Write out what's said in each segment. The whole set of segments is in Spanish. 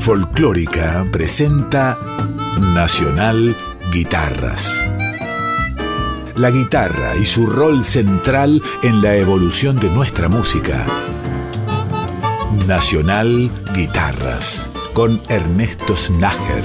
Folclórica presenta Nacional Guitarras. La guitarra y su rol central en la evolución de nuestra música. Nacional Guitarras, con Ernesto Snager.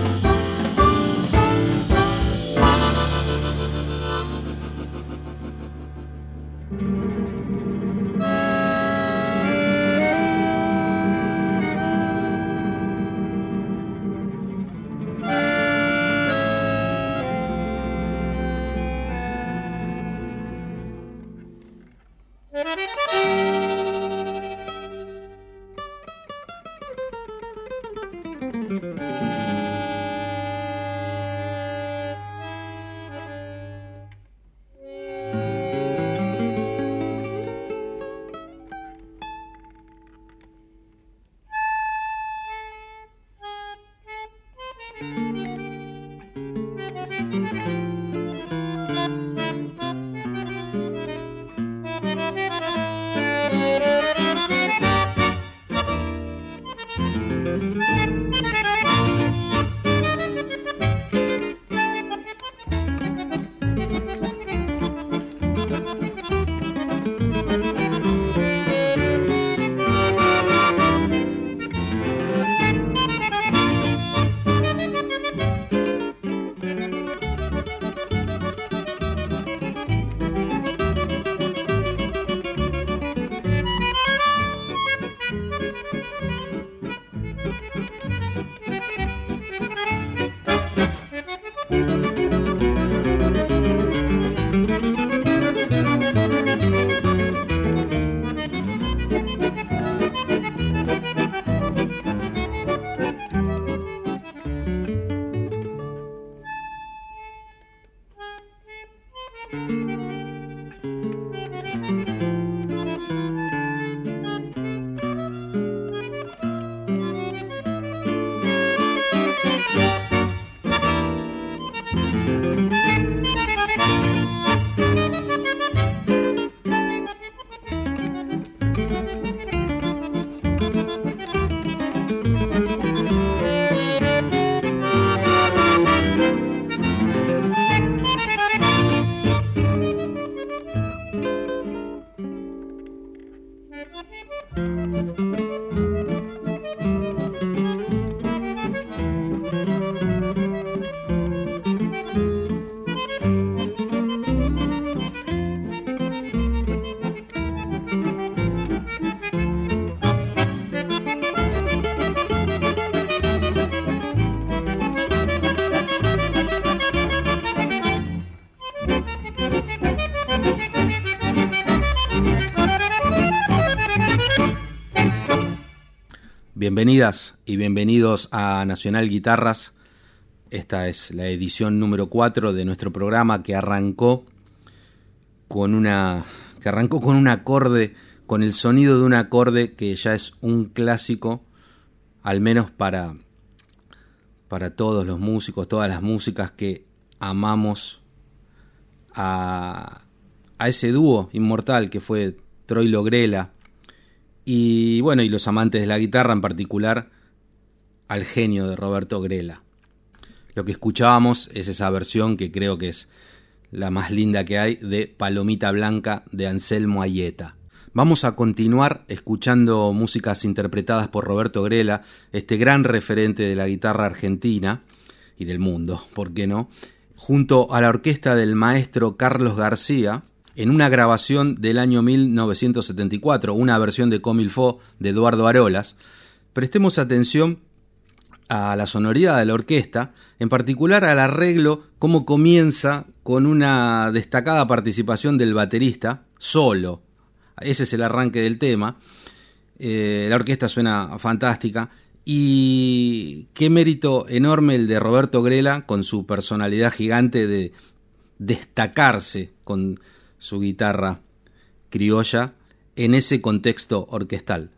Bienvenidas y bienvenidos a Nacional Guitarras. Esta es la edición número 4 de nuestro programa que arrancó con un acorde, con el sonido de un acorde que ya es un clásico, al menos para todos los músicos, todas las músicas que amamos a ese dúo inmortal que fue Troilo Grela. Y bueno, y los amantes de la guitarra, en particular al genio de Roberto Grela. Lo que escuchábamos es esa versión que creo que es la más linda que hay de Palomita Blanca de Anselmo Aieta. Vamos a continuar escuchando músicas interpretadas por Roberto Grela, este gran referente de la guitarra argentina y del mundo, ¿por qué no? Junto a la orquesta del maestro Carlos García, en una grabación del año 1974, una versión de Comme il faut de Eduardo Arolas. Prestemos atención a la sonoridad de la orquesta, en particular al arreglo, cómo comienza con una destacada participación del baterista, solo. Ese es el arranque del tema. La orquesta suena fantástica. Y qué mérito enorme el de Roberto Grela, con su personalidad gigante de destacarse con su guitarra criolla en ese contexto orquestal.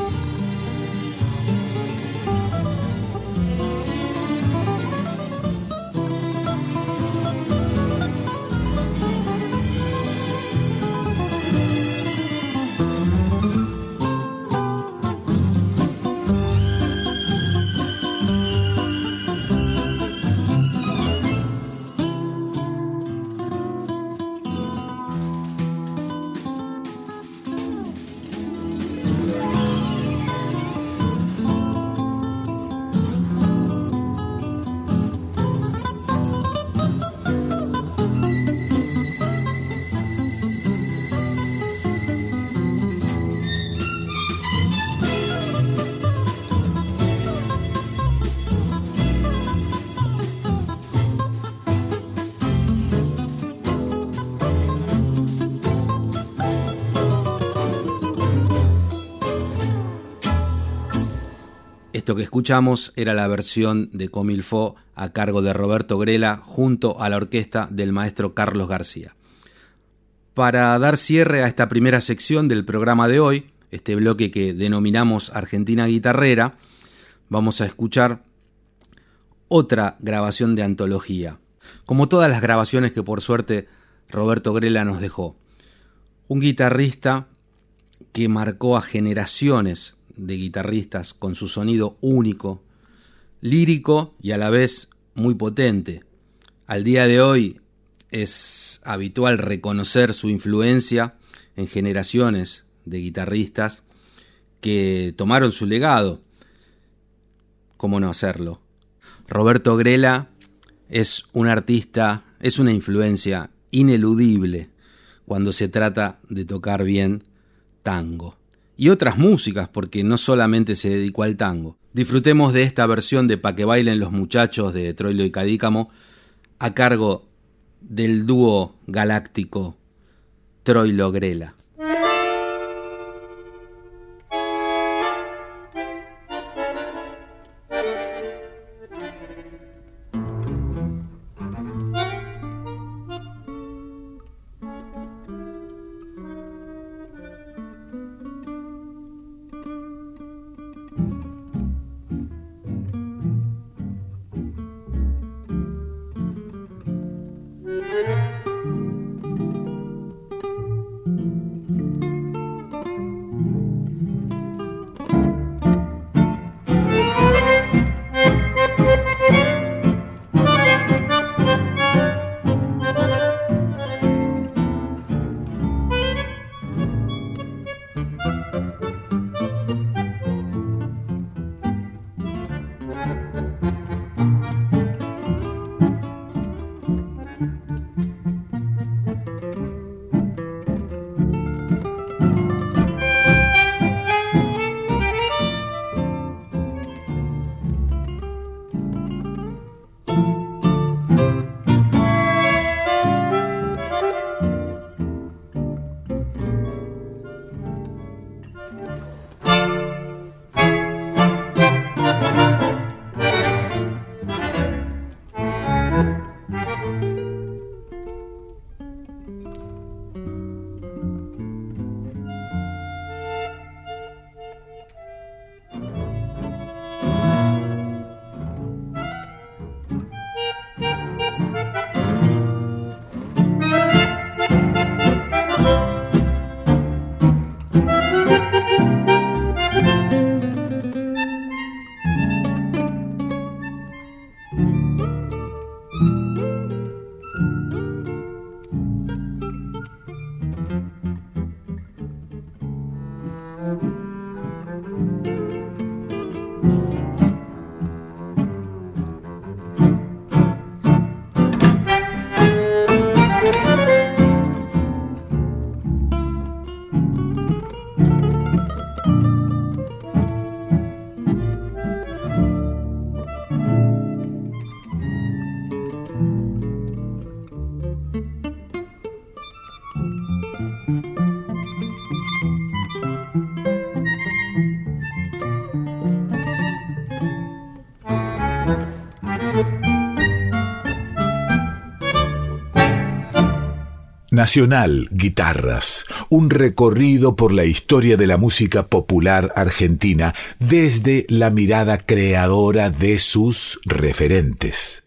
Esto que escuchamos era la versión de Comme il faut a cargo de Roberto Grela junto a la orquesta del maestro Carlos García. Para dar cierre a esta primera sección del programa de hoy, este bloque que denominamos Argentina Guitarrera, vamos a escuchar otra grabación de antología, como todas las grabaciones que por suerte Roberto Grela nos dejó. Un guitarrista que marcó a generaciones de guitarristas con su sonido único, lírico y a la vez muy potente. Al día de hoy es habitual reconocer su influencia en generaciones de guitarristas que tomaron su legado. ¿Cómo no hacerlo? Roberto Grela es un artista, es una influencia ineludible cuando se trata de tocar bien tango. Y otras músicas, porque no solamente se dedicó al tango. Disfrutemos de esta versión de Pa' que bailen los muchachos de Troilo y Cadícamo a cargo del dúo galáctico Troilo Grela. Nacional Guitarras, un recorrido por la historia de la música popular argentina desde la mirada creadora de sus referentes.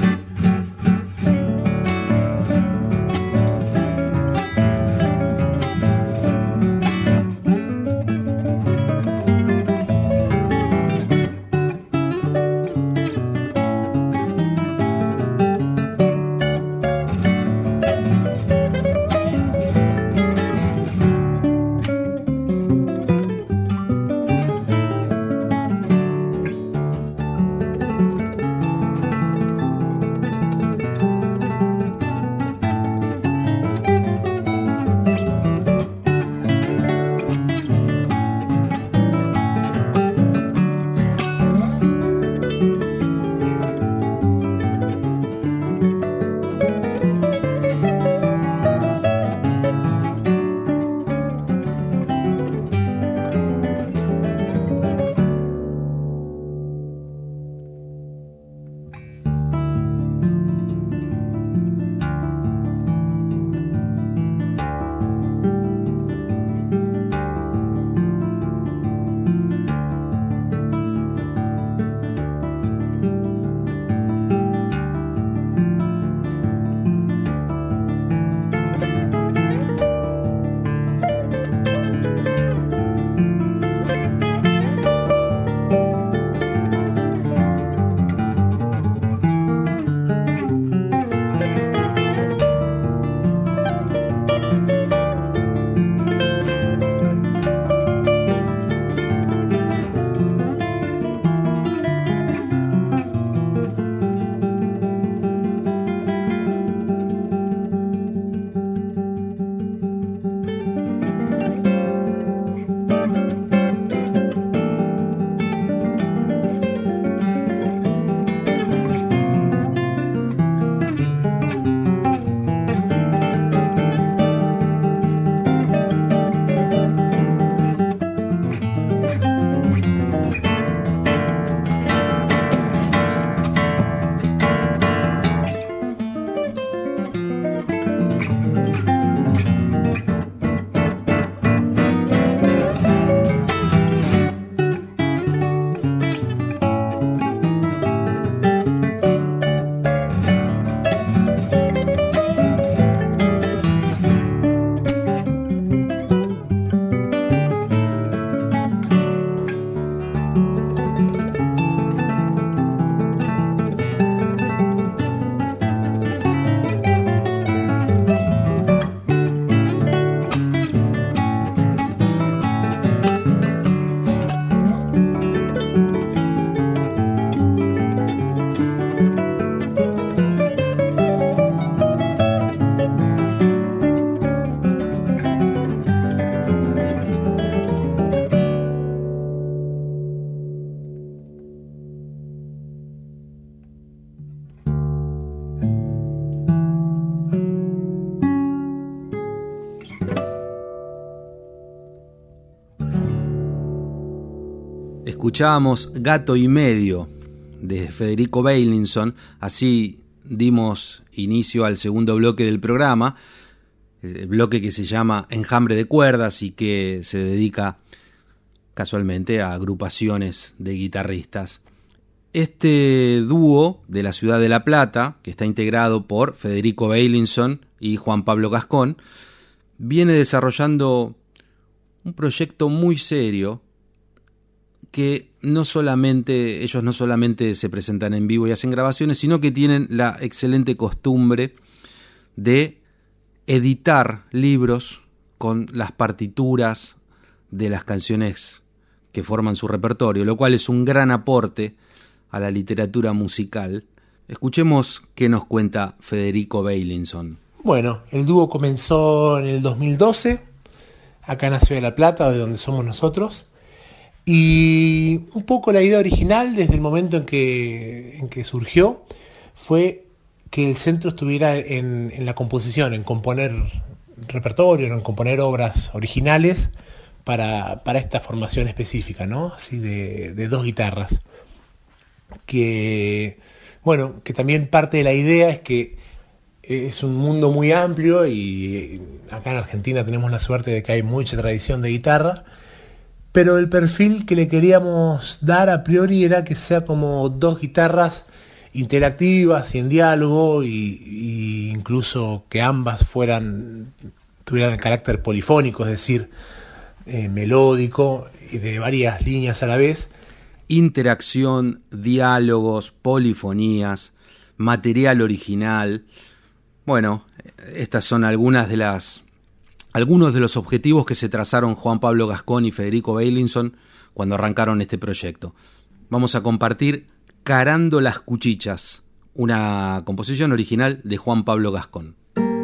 Escuchábamos Gato y Medio de Federico Beilinson, así dimos inicio al segundo bloque del programa, el bloque que se llama Enjambre de Cuerdas y que se dedica casualmente a agrupaciones de guitarristas. Este dúo de la ciudad de La Plata, que está integrado por Federico Beilinson y Juan Pablo Gascón, viene desarrollando un proyecto muy serio que ellos no solamente se presentan en vivo y hacen grabaciones, sino que tienen la excelente costumbre de editar libros con las partituras de las canciones que forman su repertorio, lo cual es un gran aporte a la literatura musical. Escuchemos qué nos cuenta Federico Beilinson. Bueno, el dúo comenzó en el 2012, acá en la ciudad de La Plata, de donde somos nosotros. Y un poco la idea original, desde el momento en que surgió, fue que el centro estuviera en la composición, en componer repertorio, en componer obras originales para esta formación específica, ¿no? Así de dos guitarras. Que también parte de la idea es que es un mundo muy amplio y acá en Argentina tenemos la suerte de que hay mucha tradición de guitarra, pero el perfil que le queríamos dar a priori era que sea como dos guitarras interactivas y en diálogo y incluso que ambas tuvieran el carácter polifónico, es decir, melódico y de varias líneas a la vez. Interacción, diálogos, polifonías, material original. Bueno, estas son algunos de los objetivos que se trazaron Juan Pablo Gascón y Federico Beilinson cuando arrancaron este proyecto. Vamos a compartir Carando las Cuchichas, una composición original de Juan Pablo Gascón.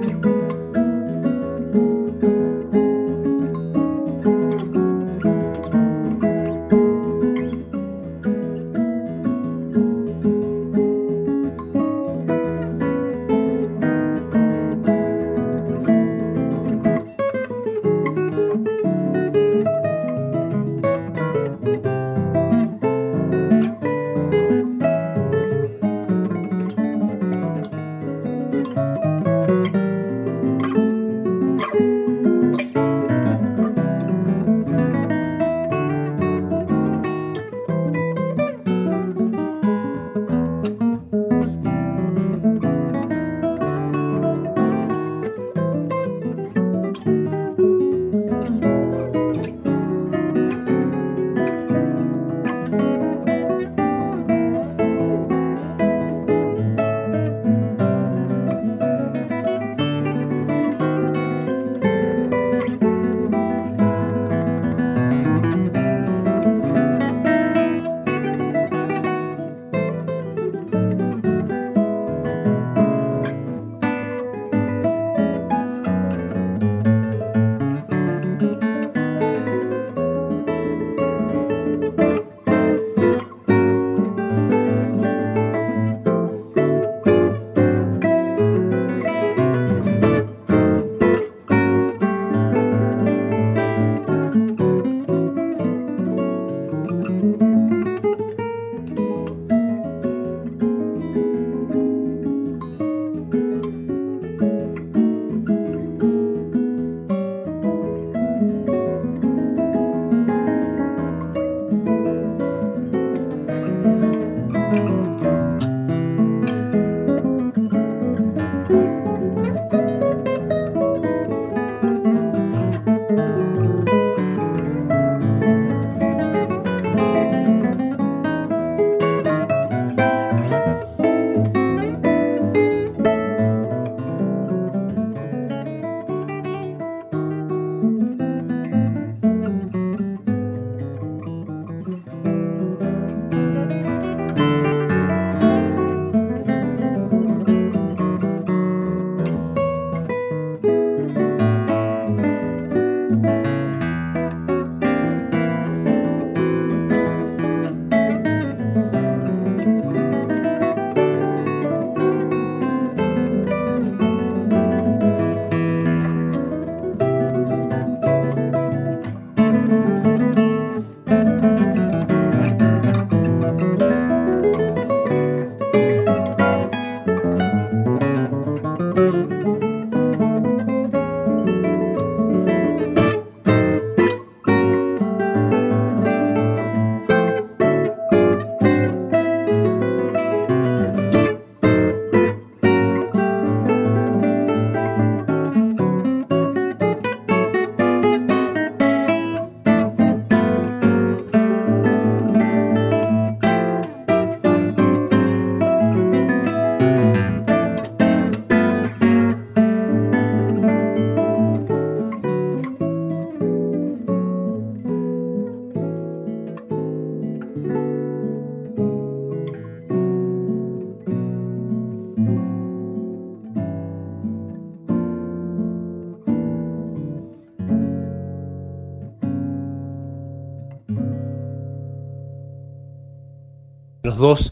Los dos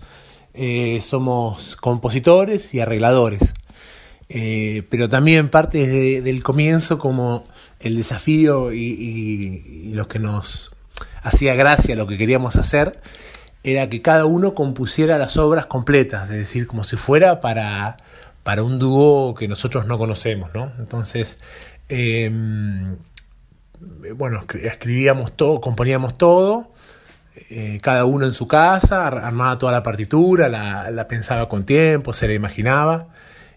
somos compositores y arregladores, pero también parte del comienzo como el desafío y lo que nos hacía gracia, lo que queríamos hacer, era que cada uno compusiera las obras completas, es decir, como si fuera para para un dúo que nosotros no conocemos, ¿no? Entonces, bueno, escribíamos todo, componíamos todo, cada uno en su casa, armaba toda la partitura, la pensaba con tiempo, se la imaginaba,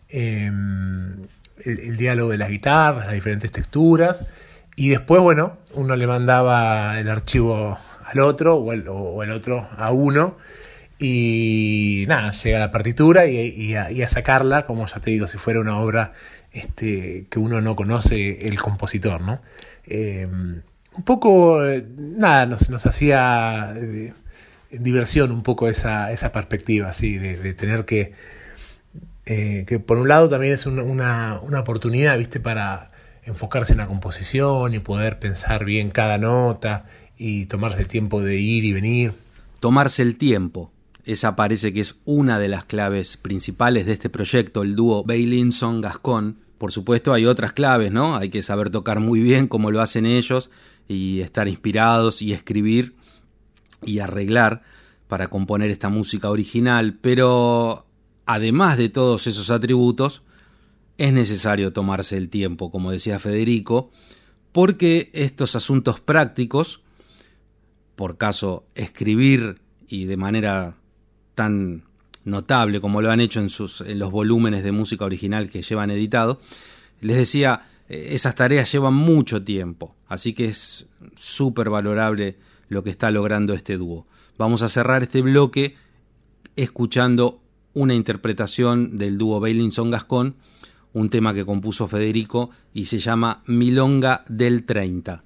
el diálogo de las guitarras, las diferentes texturas, y después, bueno, uno le mandaba el archivo al otro o el otro a uno, y nada, llega la partitura y a sacarla, como ya te digo, si fuera una obra que uno no conoce el compositor, ¿no? Un poco, nada, nos hacía diversión un poco esa perspectiva, así, de tener que por un lado también es una oportunidad, ¿viste?, para enfocarse en la composición y poder pensar bien cada nota y tomarse el tiempo de ir y venir. Tomarse el tiempo. Esa parece que es una de las claves principales de este proyecto, el dúo Beilinson-Gascon. Por supuesto hay otras claves, ¿no? Hay que saber tocar muy bien como lo hacen ellos y estar inspirados y escribir y arreglar para componer esta música original. Pero además de todos esos atributos, es necesario tomarse el tiempo, como decía Federico, porque estos asuntos prácticos, por caso escribir y de manera tan notable como lo han hecho en los volúmenes de música original que llevan editado, les decía, esas tareas llevan mucho tiempo, así que es súper valorable lo que está logrando este dúo. Vamos a cerrar este bloque escuchando una interpretación del dúo Beilinson-Gascon, un tema que compuso Federico y se llama Milonga del 30.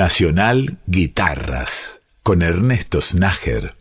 Nacional Guitarras, con Ernesto Snager.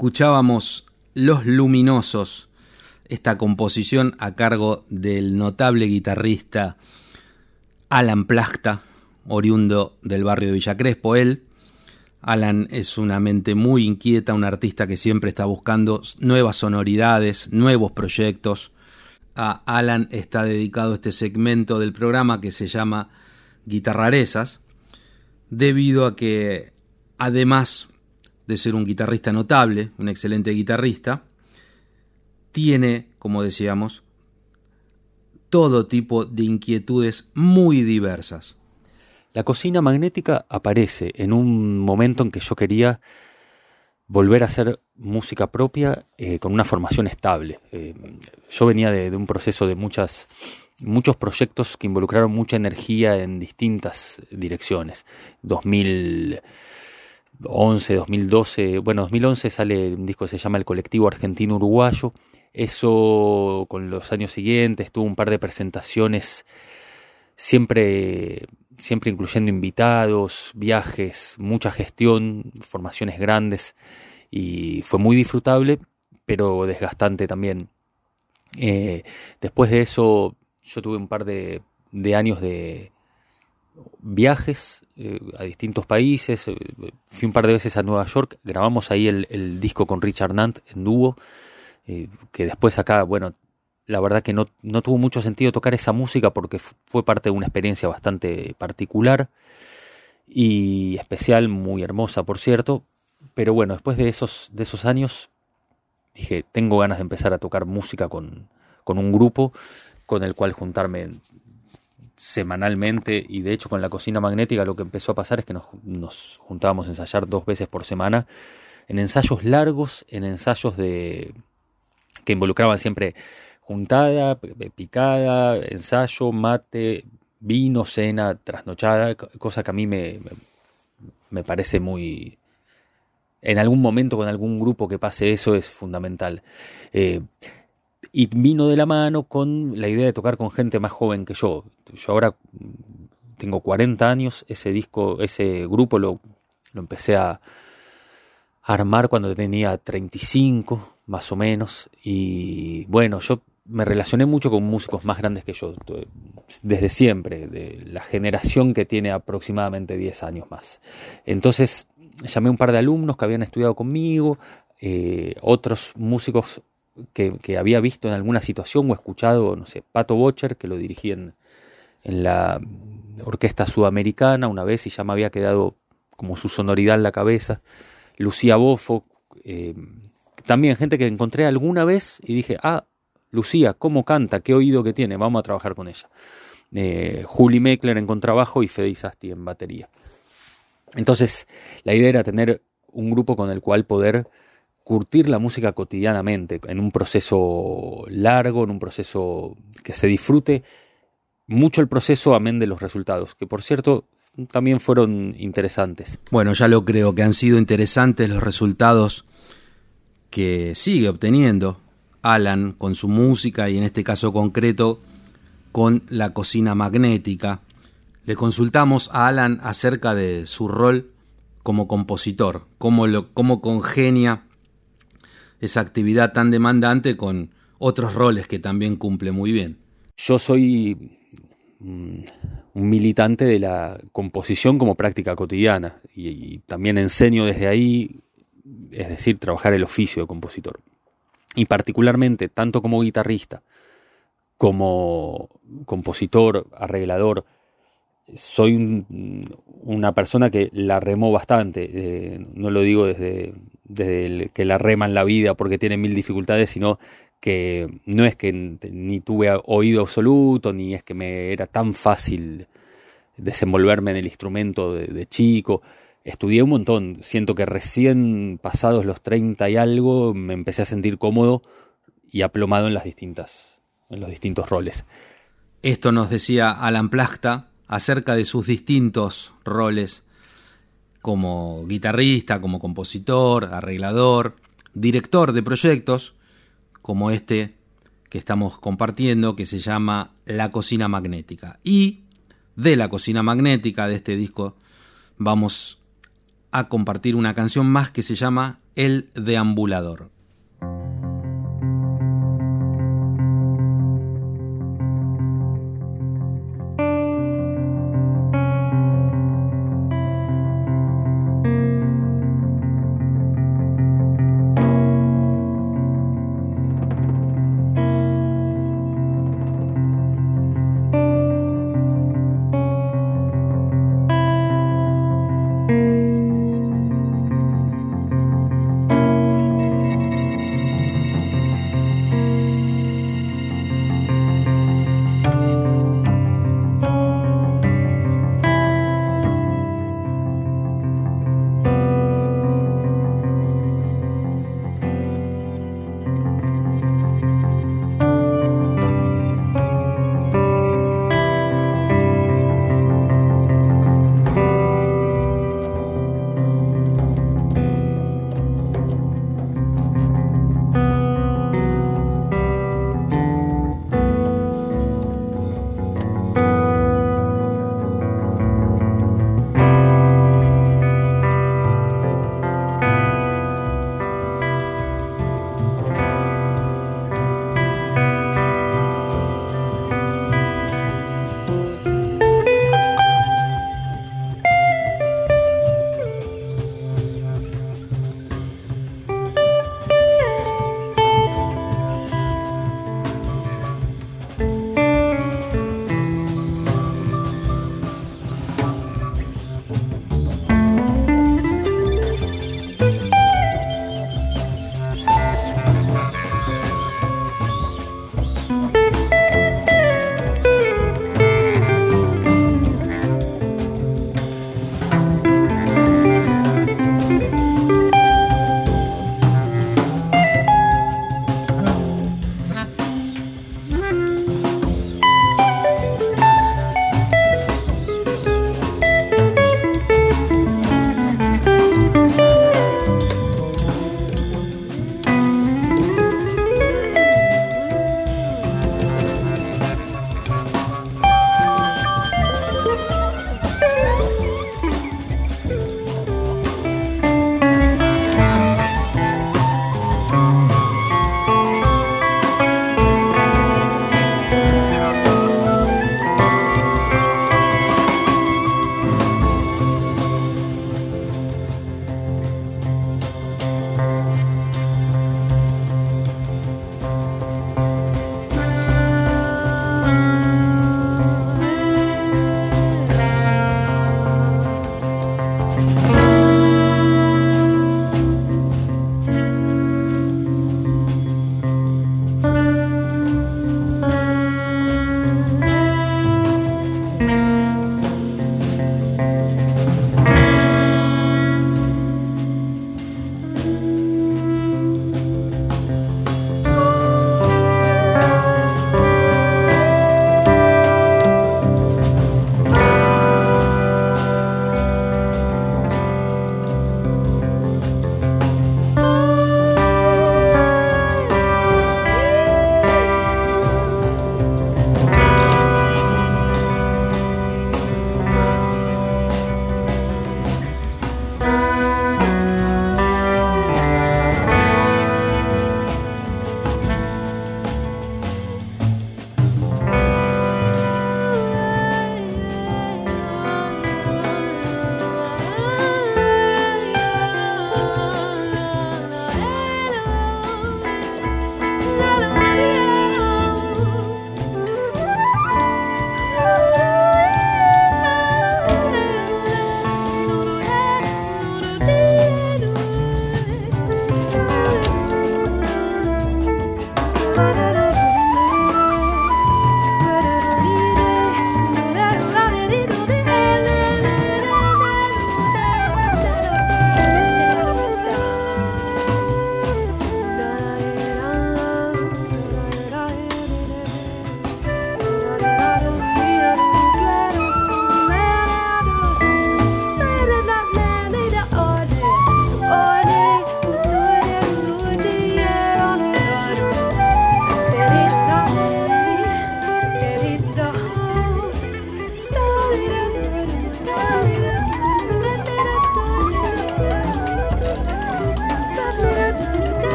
Escuchábamos Los Luminosos, esta composición a cargo del notable guitarrista Alan Plachta, oriundo del barrio de Villa Crespo. Alan es una mente muy inquieta, un artista que siempre está buscando nuevas sonoridades, nuevos proyectos. A Alan está dedicado este segmento del programa que se llama Guitarrarezas, debido a que, además de ser un guitarrista notable, un excelente guitarrista, tiene, como decíamos, todo tipo de inquietudes muy diversas. La cocina magnética aparece en un momento en que yo quería volver a hacer música propia con una formación estable. Yo venía de un proceso de muchos proyectos que involucraron mucha energía en distintas direcciones. 2011, 2012, bueno, 2011 sale un disco que se llama El Colectivo Argentino Uruguayo. Eso con los años siguientes tuvo un par de presentaciones, siempre incluyendo invitados, viajes, mucha gestión, formaciones grandes, y fue muy disfrutable, pero desgastante también. Después de eso yo tuve un par de años de viajes a distintos países. Fui un par de veces a Nueva York, grabamos ahí el disco con Richard Nant en dúo, que después acá, bueno, la verdad que no tuvo mucho sentido tocar esa música porque fue parte de una experiencia bastante particular y especial, muy hermosa por cierto, pero bueno, después de esos años dije, tengo ganas de empezar a tocar música con un grupo con el cual juntarme semanalmente, y de hecho con la cocina magnética lo que empezó a pasar es que nos juntábamos a ensayar 2 veces por semana, en ensayos largos, en ensayos que involucraban siempre juntada, picada, ensayo, mate, vino, cena, trasnochada, cosa que a mí me parece muy... En algún momento con algún grupo que pase eso es fundamental. Y vino de la mano con la idea de tocar con gente más joven que yo. Yo ahora tengo 40 años, ese grupo lo empecé a armar cuando tenía 35, más o menos, y bueno, yo me relacioné mucho con músicos más grandes que yo, desde siempre, de la generación que tiene aproximadamente 10 años más. Entonces llamé a un par de alumnos que habían estudiado conmigo, otros músicos que había visto en alguna situación o escuchado, no sé, Pato Bocher, que lo dirigí en la Orquesta Sudamericana una vez y ya me había quedado como su sonoridad en la cabeza. Lucía Bofo, también gente que encontré alguna vez y dije, Lucía, cómo canta, qué oído que tiene, vamos a trabajar con ella. Juli Meckler en contrabajo y Fede Isasti en batería. Entonces la idea era tener un grupo con el cual poder curtir la música cotidianamente, en un proceso largo, en un proceso que se disfrute mucho el proceso, amén de los resultados, que por cierto también fueron interesantes. Bueno, ya lo creo que han sido interesantes los resultados que sigue obteniendo Alan con su música y en este caso concreto con la cocina magnética. Le consultamos a Alan acerca de su rol como compositor, cómo congenia esa actividad tan demandante con otros roles que también cumple muy bien. Yo soy un militante de la composición como práctica cotidiana y también enseño desde ahí, es decir, trabajar el oficio de compositor. Y particularmente, tanto como guitarrista, como compositor, arreglador, soy una persona que la remó bastante. No lo digo desde el que la rema en la vida porque tiene 1000 dificultades, sino que no es que ni tuve oído absoluto, ni es que me era tan fácil desenvolverme en el instrumento de chico. Estudié un montón, siento que recién pasados los 30 y algo me empecé a sentir cómodo y aplomado en los distintos roles. Esto nos decía Alan Plachta acerca de sus distintos roles como guitarrista, como compositor, arreglador, director de proyectos, como este que estamos compartiendo, que se llama La Cocina Magnética. Y de La Cocina Magnética, de este disco, vamos a compartir una canción más que se llama El Deambulador.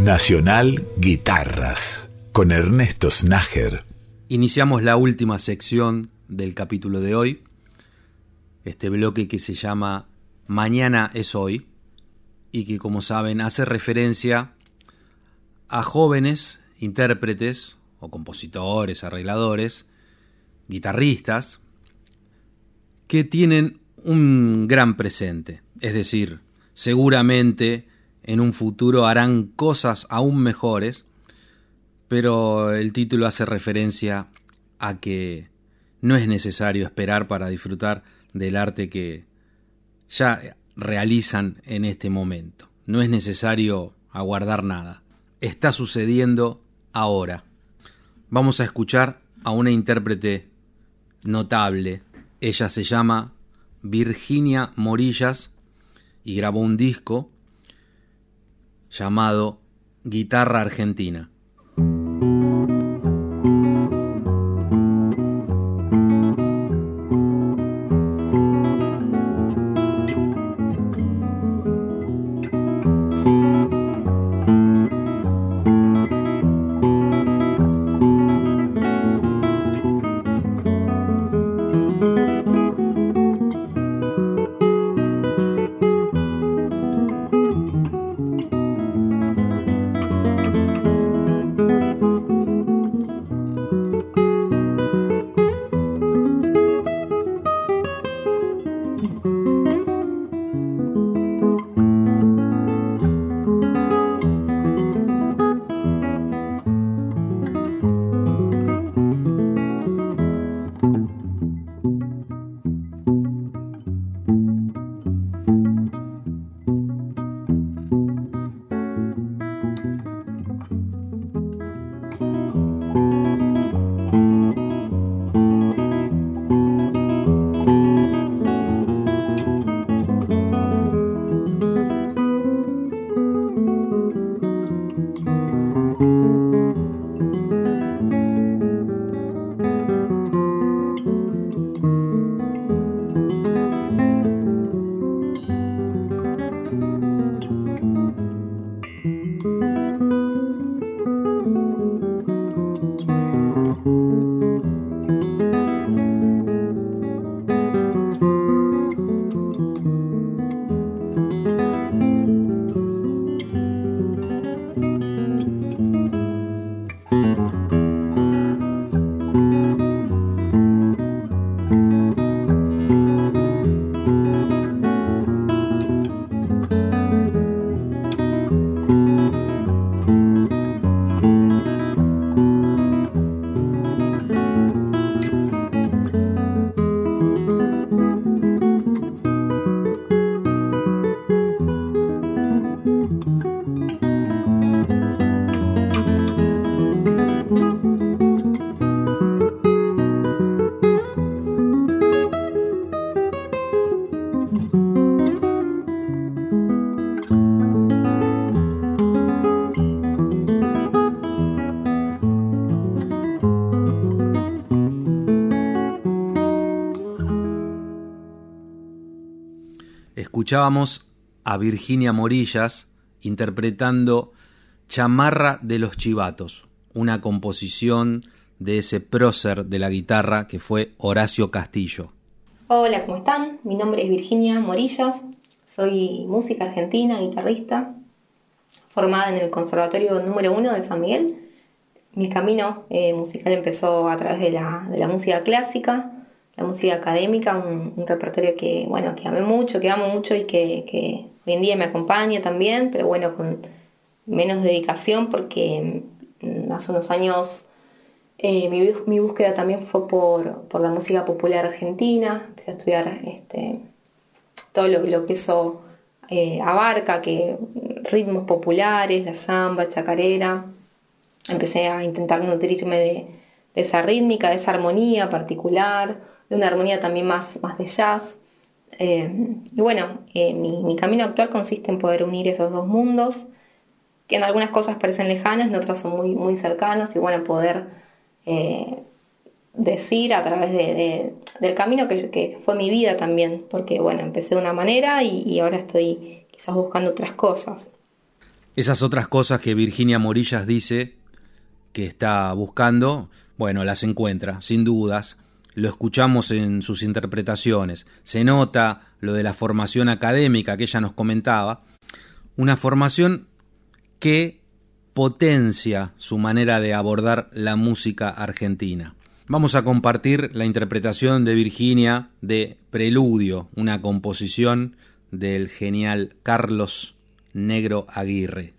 Nacional Guitarras, con Ernesto Snager. Iniciamos la última sección del capítulo de hoy, este bloque que se llama Mañana es hoy, y que, como saben, hace referencia a jóvenes intérpretes o compositores, arregladores, guitarristas, que tienen un gran presente, es decir, seguramente en un futuro harán cosas aún mejores, pero el título hace referencia a que no es necesario esperar para disfrutar del arte que ya realizan en este momento. No es necesario aguardar nada. Está sucediendo ahora. Vamos a escuchar a una intérprete notable. Ella se llama Virginia Morillas y grabó un disco llamado Guitarra Argentina. Escuchábamos a Virginia Morillas interpretando Chamarra de los Chivatos, una composición de ese prócer de la guitarra que fue Horacio Castillo. Hola, ¿cómo están? Mi nombre es Virginia Morillas, soy música argentina, guitarrista, formada en el Conservatorio número 1 de San Miguel. Mi camino musical empezó a través de la música clásica, la música académica, un repertorio que amé mucho, que amo mucho y que hoy en día me acompaña también, pero bueno, con menos dedicación porque hace unos años mi búsqueda también fue por la música popular argentina. Empecé a estudiar todo lo que eso abarca, que ritmos populares, la samba, chacarera. Empecé a intentar nutrirme de esa rítmica, de esa armonía particular, de una armonía también más de jazz. Mi camino actual consiste en poder unir esos dos mundos, que en algunas cosas parecen lejanos, en otras son muy, muy cercanos, y poder decir a través del camino que fue mi vida también, porque empecé de una manera y ahora estoy quizás buscando otras cosas. Esas otras cosas que Virginia Morillas dice que está buscando, bueno, las encuentra, sin dudas. Lo escuchamos en sus interpretaciones. Se nota lo de la formación académica que ella nos comentaba. Una formación que potencia su manera de abordar la música argentina. Vamos a compartir la interpretación de Virginia de Preludio, una composición del genial Carlos Negro Aguirre.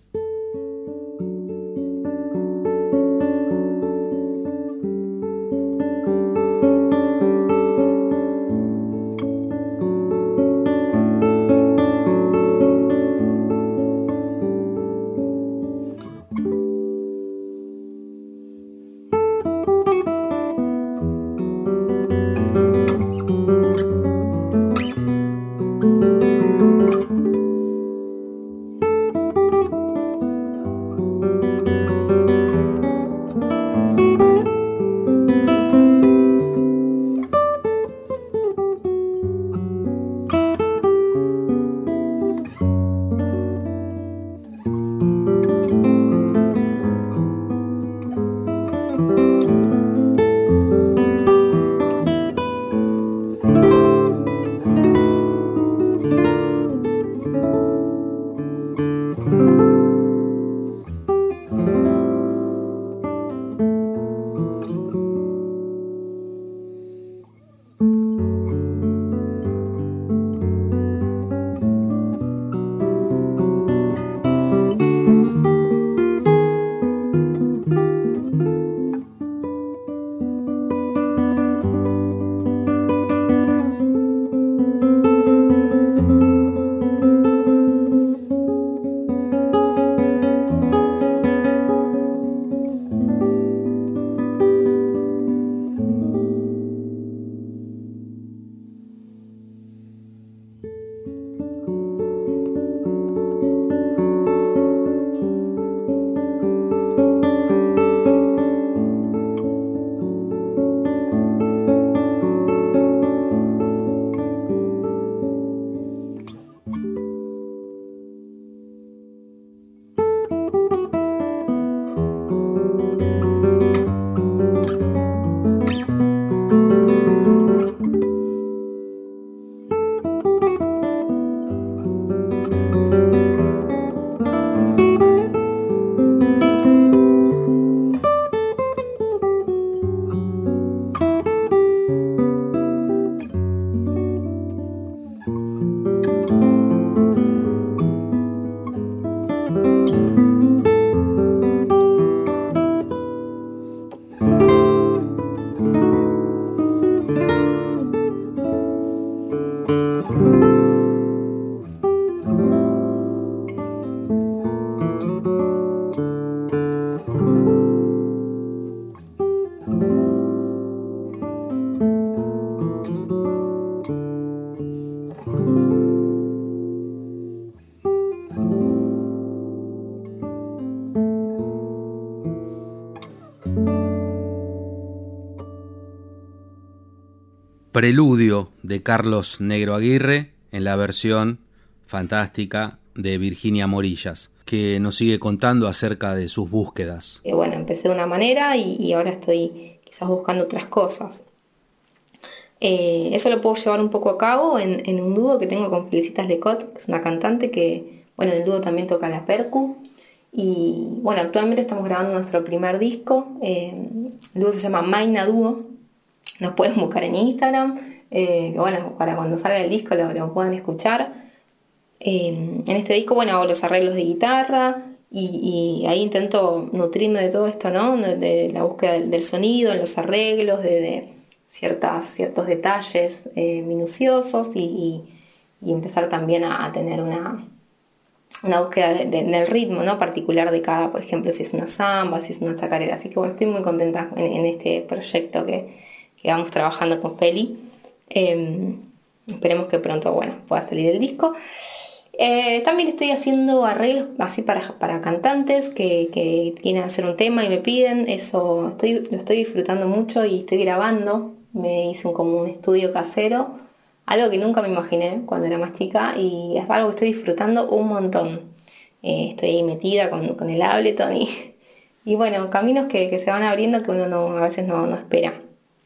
Preludio de Carlos Negro Aguirre en la versión fantástica de Virginia Morillas, que nos sigue contando acerca de sus búsquedas. Bueno, empecé de una manera y ahora estoy quizás buscando otras cosas. Eso lo puedo llevar un poco a cabo en un dúo que tengo con Felicitas Lecot, que es una cantante que, bueno, en el dúo también toca la percu. Y bueno, actualmente estamos grabando nuestro primer disco. El dúo se llama Maina Dúo. Nos pueden buscar en Instagram, que bueno, para cuando salga el disco lo puedan escuchar. En este disco, bueno, hago los arreglos de guitarra y ahí intento nutrirme de todo esto, ¿no? De la búsqueda del sonido, en los arreglos, de ciertos detalles minuciosos y empezar también a tener una búsqueda del ritmo, ¿no? Particular de cada, por ejemplo, si es una samba, si es una chacarera. Así que bueno, estoy muy contenta en este proyecto que vamos trabajando con Feli. Esperemos que pronto, bueno, pueda salir el disco. También estoy haciendo arreglos así para cantantes que quieren hacer un tema y me piden. Eso lo estoy disfrutando mucho y estoy grabando. Me hice como un estudio casero, algo que nunca me imaginé cuando era más chica y es algo que estoy disfrutando un montón. estoy ahí metida con el Ableton y bueno, caminos que se van abriendo que uno a veces no espera.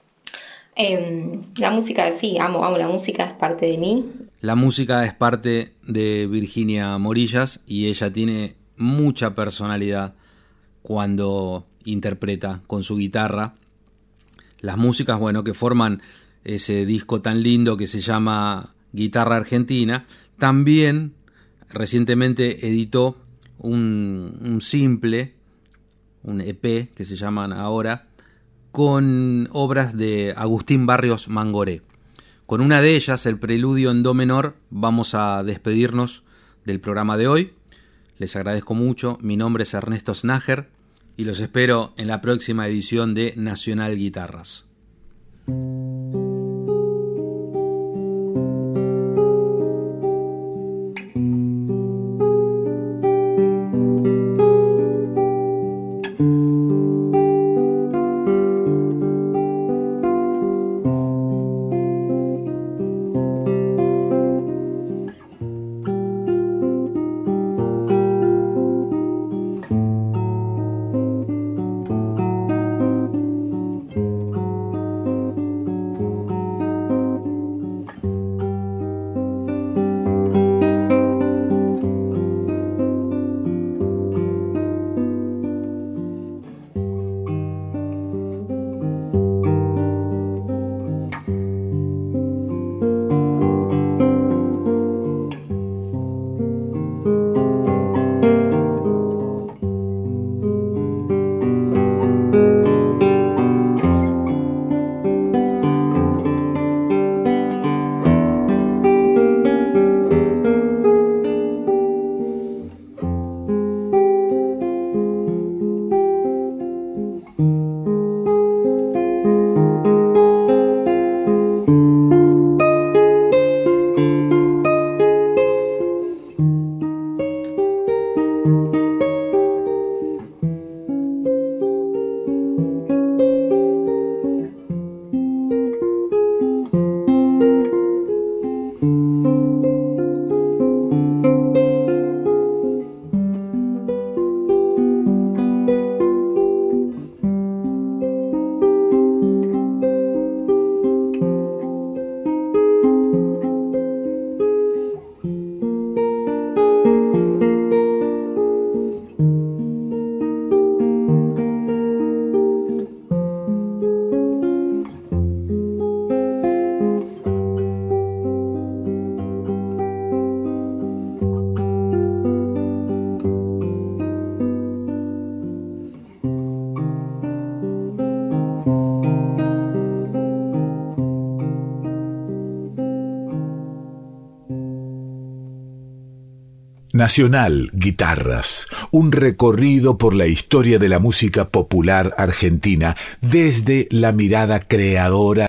La música, sí, amo la música, es parte de mí. La música es parte de Virginia Morillas y ella tiene mucha personalidad cuando interpreta con su guitarra las músicas, bueno, que forman ese disco tan lindo que se llama Guitarra Argentina. También recientemente editó un simple, un EP que se llaman ahora, con obras de Agustín Barrios Mangoré. Con una de ellas, el Preludio en Do menor, vamos a despedirnos del programa de hoy. Les agradezco mucho, mi nombre es Ernesto Snager y los espero en la próxima edición de Nacional Guitarras. Nacional Guitarras, un recorrido por la historia de la música popular argentina desde la mirada creadora